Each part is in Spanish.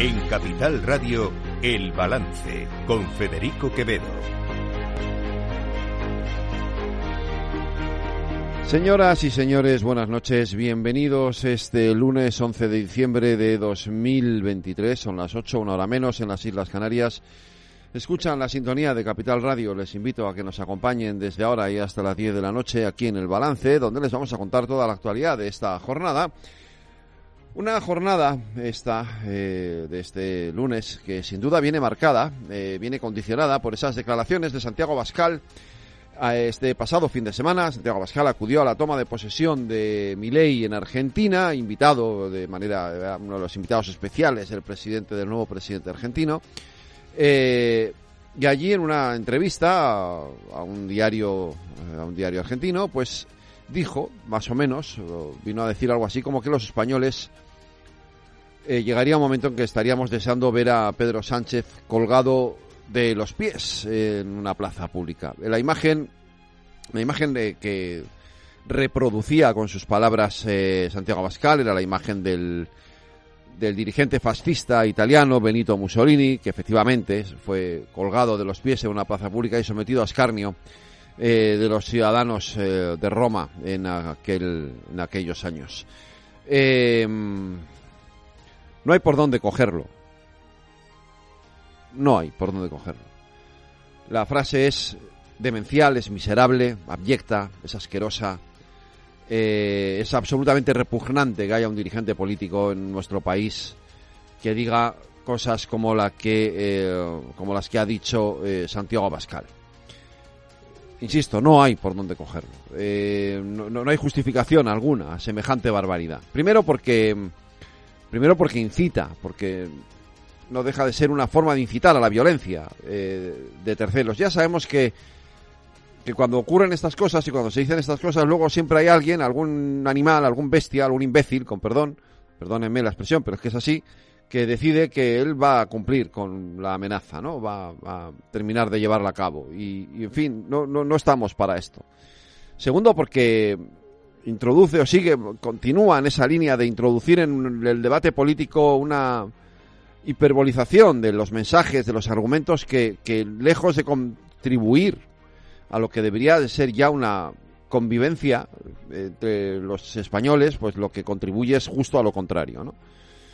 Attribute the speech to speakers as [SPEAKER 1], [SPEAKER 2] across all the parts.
[SPEAKER 1] En Capital Radio, El Balance, con Federico Quevedo.
[SPEAKER 2] Señoras y señores, buenas noches, bienvenidos este lunes 11 de diciembre de 2023, son las 8, una hora menos en las Islas Canarias. Escuchan la sintonía de Capital Radio, les invito a que nos acompañen desde ahora y hasta las 10 de la noche aquí en El Balance, donde les vamos a contar toda la actualidad de esta jornada. Una jornada de este lunes que sin duda viene marcada, viene condicionada por esas declaraciones de Santiago Abascal. Este pasado fin de semana, Santiago Abascal acudió a la toma de posesión de Milei en Argentina, invitado de manera, uno de los invitados especiales, del nuevo presidente argentino. Y allí en una entrevista a un diario argentino, pues dijo, más o menos, vino a decir algo así como que los españoles llegaría un momento en que estaríamos deseando ver a Pedro Sánchez colgado de los pies en una plaza pública. La imagen de que reproducía con sus palabras Santiago Abascal era la imagen del dirigente fascista italiano Benito Mussolini, que efectivamente fue colgado de los pies en una plaza pública y sometido a escarnio de los ciudadanos de Roma en aquellos años. No hay por dónde cogerlo. No hay por dónde cogerlo. La frase es demencial, es miserable, abyecta, es asquerosa. Es absolutamente repugnante que haya un dirigente político en nuestro país que diga cosas como las que ha dicho Santiago Abascal. Insisto, no hay por dónde cogerlo. No hay justificación alguna a semejante barbaridad. Primero porque incita, porque no deja de ser una forma de incitar a la violencia de terceros. Ya sabemos que cuando ocurren estas cosas y cuando se dicen estas cosas, luego siempre hay alguien, algún animal, algún bestia, algún imbécil, perdónenme la expresión, pero es que es así, que decide que él va a cumplir con la amenaza, ¿no? Va a terminar de llevarla a cabo. Y en fin, no estamos para esto. Segundo, porque continúa en esa línea de introducir en el debate político una hiperbolización de los mensajes, de los argumentos que lejos de contribuir a lo que debería de ser ya una convivencia entre los españoles, pues lo que contribuye es justo a lo contrario, ¿no?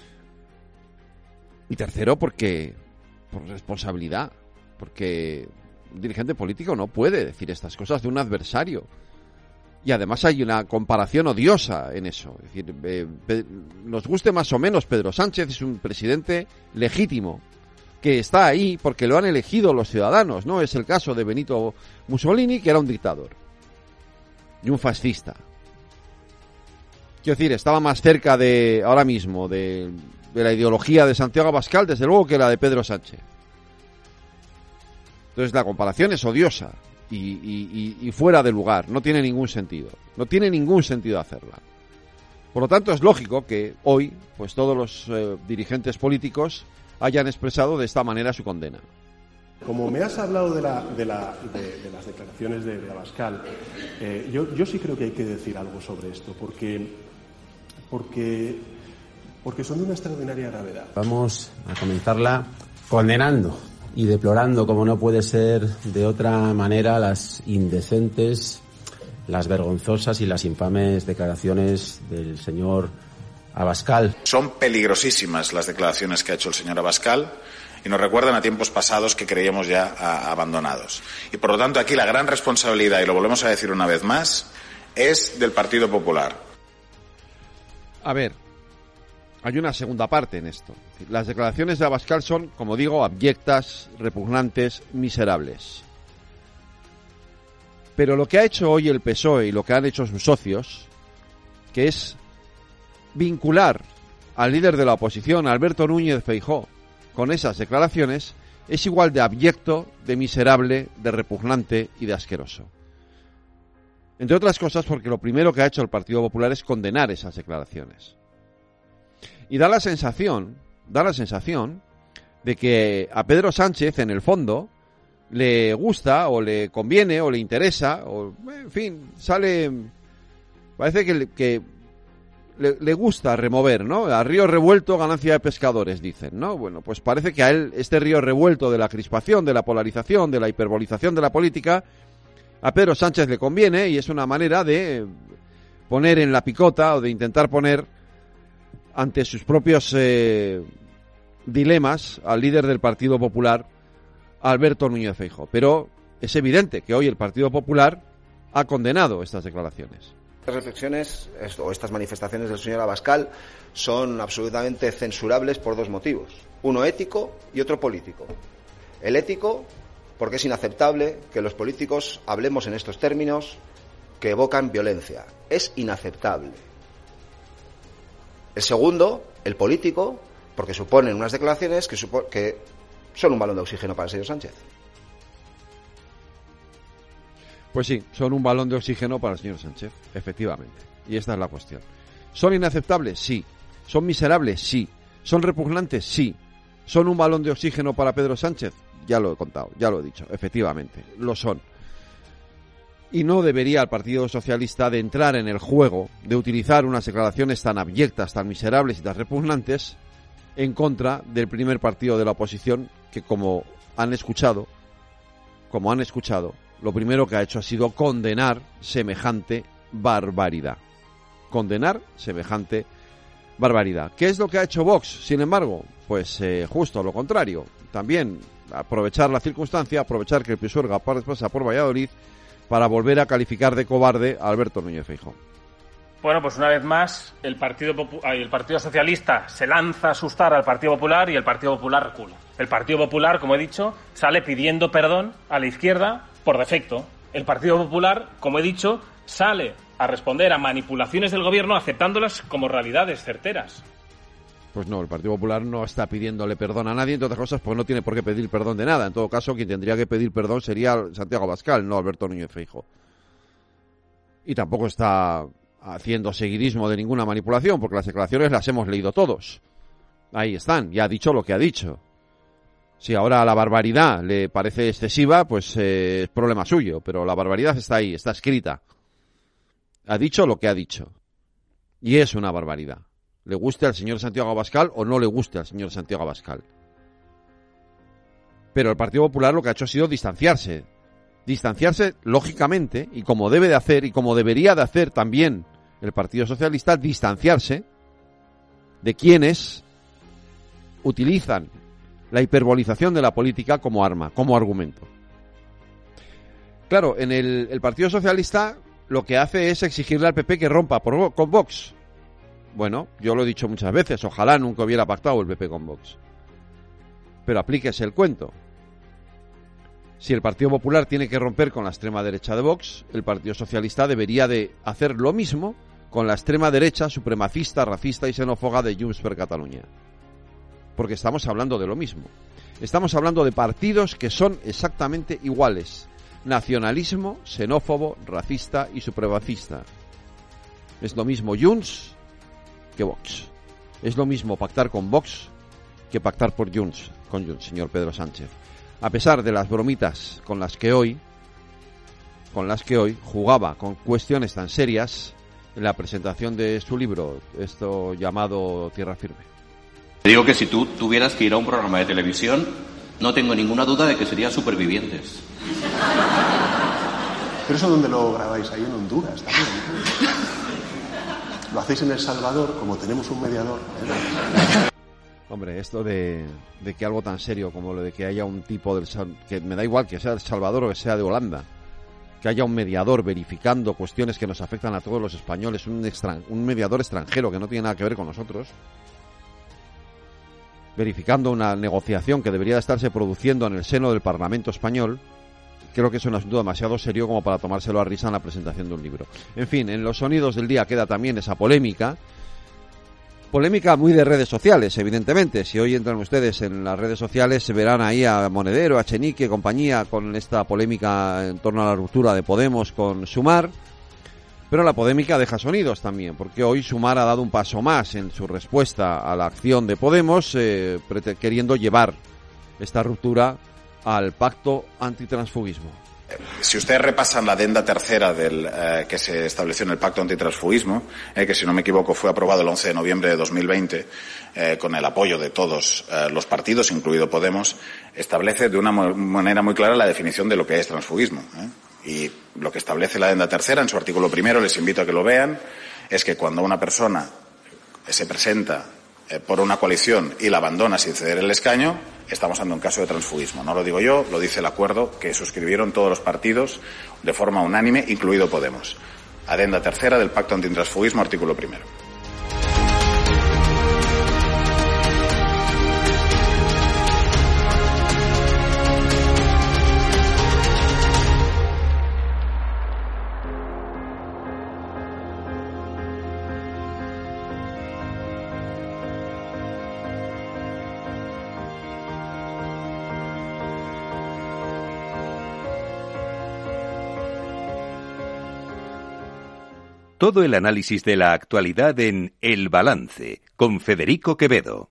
[SPEAKER 2] Y tercero, por responsabilidad, porque un dirigente político no puede decir estas cosas de un adversario. Y además hay una comparación odiosa en eso. Es decir, nos guste más o menos, Pedro Sánchez es un presidente legítimo, que está ahí porque lo han elegido los ciudadanos. No es el caso de Benito Mussolini, que era un dictador y un fascista. Quiero decir, estaba más cerca ahora mismo de la ideología de Santiago Abascal, desde luego, que la de Pedro Sánchez. Entonces la comparación es odiosa y fuera de lugar, no tiene ningún sentido. No tiene ningún sentido hacerla. Por lo tanto, es lógico que hoy, pues todos los dirigentes políticos hayan expresado de esta manera su condena.
[SPEAKER 3] Como me has hablado de las declaraciones de Abascal, yo sí creo que hay que decir algo sobre esto, porque son de una extraordinaria gravedad.
[SPEAKER 4] Vamos a comenzarla condenando y deplorando, como no puede ser de otra manera, las indecentes, las vergonzosas y las infames declaraciones del señor Abascal.
[SPEAKER 5] Son peligrosísimas las declaraciones que ha hecho el señor Abascal y nos recuerdan a tiempos pasados que creíamos ya abandonados. Y por lo tanto aquí la gran responsabilidad, y lo volvemos a decir una vez más, es del Partido Popular.
[SPEAKER 2] A ver, hay una segunda parte en esto. Las declaraciones de Abascal son, como digo, abyectas, repugnantes, miserables. Pero lo que ha hecho hoy el PSOE y lo que han hecho sus socios, que es vincular al líder de la oposición, Alberto Núñez Feijóo, con esas declaraciones, es igual de abyecto, de miserable, de repugnante y de asqueroso. Entre otras cosas porque lo primero que ha hecho el Partido Popular es condenar esas declaraciones. Y da la sensación de que a Pedro Sánchez, en el fondo, le gusta o le conviene o le interesa, o en fin, parece que le gusta remover, ¿no? A río revuelto, ganancia de pescadores, dicen, ¿no? Bueno, pues parece que a él este río revuelto de la crispación, de la polarización, de la hiperbolización de la política, a Pedro Sánchez le conviene y es una manera de poner en la picota o de intentar poner ante sus propios dilemas al líder del Partido Popular, Alberto Núñez Feijóo. Pero es evidente que hoy el Partido Popular ha condenado estas declaraciones.
[SPEAKER 6] Estas reflexiones o estas manifestaciones del señor Abascal son absolutamente censurables por dos motivos. Uno ético y otro político. El ético, porque es inaceptable que los políticos hablemos en estos términos que evocan violencia. Es inaceptable. El segundo, el político, porque suponen unas declaraciones que son un balón de oxígeno para el señor Sánchez.
[SPEAKER 2] Pues sí, son un balón de oxígeno para el señor Sánchez, efectivamente. Y esta es la cuestión. ¿Son inaceptables? Sí. ¿Son miserables? Sí. ¿Son repugnantes? Sí. ¿Son un balón de oxígeno para Pedro Sánchez? Ya lo he contado, ya lo he dicho, efectivamente, lo son. Y no debería el Partido Socialista de entrar en el juego de utilizar unas declaraciones tan abyectas, tan miserables y tan repugnantes en contra del primer partido de la oposición que, como han escuchado, lo primero que ha hecho ha sido condenar semejante barbaridad. Condenar semejante barbaridad. ¿Qué es lo que ha hecho Vox, sin embargo? Pues justo lo contrario. También aprovechar la circunstancia, aprovechar que el Pisuerga pasa por Valladolid para volver a calificar de cobarde a Alberto Núñez Feijóo.
[SPEAKER 7] Bueno, pues una vez más el Partido Socialista se lanza a asustar al Partido Popular y el Partido Popular recula. El Partido Popular, como he dicho, sale pidiendo perdón a la izquierda por defecto. El Partido Popular, como he dicho, sale a responder a manipulaciones del gobierno aceptándolas como realidades certeras.
[SPEAKER 2] Pues no, el Partido Popular no está pidiéndole perdón a nadie, entre otras cosas, pues no tiene por qué pedir perdón de nada. En todo caso, quien tendría que pedir perdón sería Santiago Abascal, no Alberto Núñez Feijóo. Y tampoco está haciendo seguidismo de ninguna manipulación, porque las declaraciones las hemos leído todos. Ahí están, ya ha dicho lo que ha dicho. Si ahora la barbaridad le parece excesiva, pues es problema suyo, pero la barbaridad está ahí, está escrita. Ha dicho lo que ha dicho. Y es una barbaridad. Le guste al señor Santiago Abascal o no le guste al señor Santiago Abascal. Pero el Partido Popular lo que ha hecho ha sido distanciarse. Distanciarse lógicamente, y como debe de hacer, y como debería de hacer también el Partido Socialista, distanciarse de quienes utilizan la hiperbolización de la política como arma, como argumento. Claro, en el Partido Socialista lo que hace es exigirle al PP que rompa con Vox. Bueno, yo lo he dicho muchas veces, ojalá nunca hubiera pactado el PP con Vox. Pero aplíquese el cuento. Si el Partido Popular tiene que romper con la extrema derecha de Vox, el Partido Socialista debería de hacer lo mismo con la extrema derecha supremacista, racista y xenófoba de Junts per Catalunya. Porque estamos hablando de lo mismo. Estamos hablando de partidos que son exactamente iguales. Nacionalismo, xenófobo, racista y supremacista. Es lo mismo Junts que Vox. Es lo mismo pactar con Vox que pactar con Junts, señor Pedro Sánchez. A pesar de las bromitas con las que hoy jugaba con cuestiones tan serias en la presentación de su libro, esto llamado Tierra Firme.
[SPEAKER 8] Te digo que si tú tuvieras que ir a un programa de televisión, no tengo ninguna duda de que serían Supervivientes.
[SPEAKER 3] ¿Pero eso dónde lo grabáis? Ahí en Honduras también. Lo hacéis en El Salvador, como tenemos un mediador.
[SPEAKER 2] Hombre, esto de que algo tan serio como lo de que haya un tipo que me da igual que sea de El Salvador o que sea de Holanda, que haya un mediador verificando cuestiones que nos afectan a todos los españoles, un mediador extranjero que no tiene nada que ver con nosotros, verificando una negociación que debería estarse produciendo en el seno del Parlamento español, creo que es un asunto demasiado serio como para tomárselo a risa en la presentación de un libro. En fin, en los sonidos del día queda también esa polémica muy de redes sociales, evidentemente. Si hoy entran ustedes en las redes sociales, se verán ahí a Monedero, a Echenique, compañía, con esta polémica en torno a la ruptura de Podemos con Sumar. Pero la polémica deja sonidos también, porque hoy Sumar ha dado un paso más en su respuesta a la acción de Podemos, queriendo llevar esta ruptura al pacto antitransfugismo.
[SPEAKER 5] Si ustedes repasan la adenda tercera que se estableció en el Pacto Antitransfugismo, que si no me equivoco fue aprobado el 11 de noviembre de 2020, con el apoyo de todos los partidos, incluido Podemos, establece de una manera muy clara la definición de lo que es transfugismo. Y lo que establece la adenda tercera en su artículo primero, les invito a que lo vean, es que cuando una persona se presenta por una coalición y la abandona sin ceder el escaño, estamos ante un caso de transfugismo. No lo digo yo, lo dice el acuerdo que suscribieron todos los partidos de forma unánime, incluido Podemos. Adenda tercera del Pacto Antitransfugismo, artículo primero.
[SPEAKER 1] Todo el análisis de la actualidad en El Balance, con Federico Quevedo.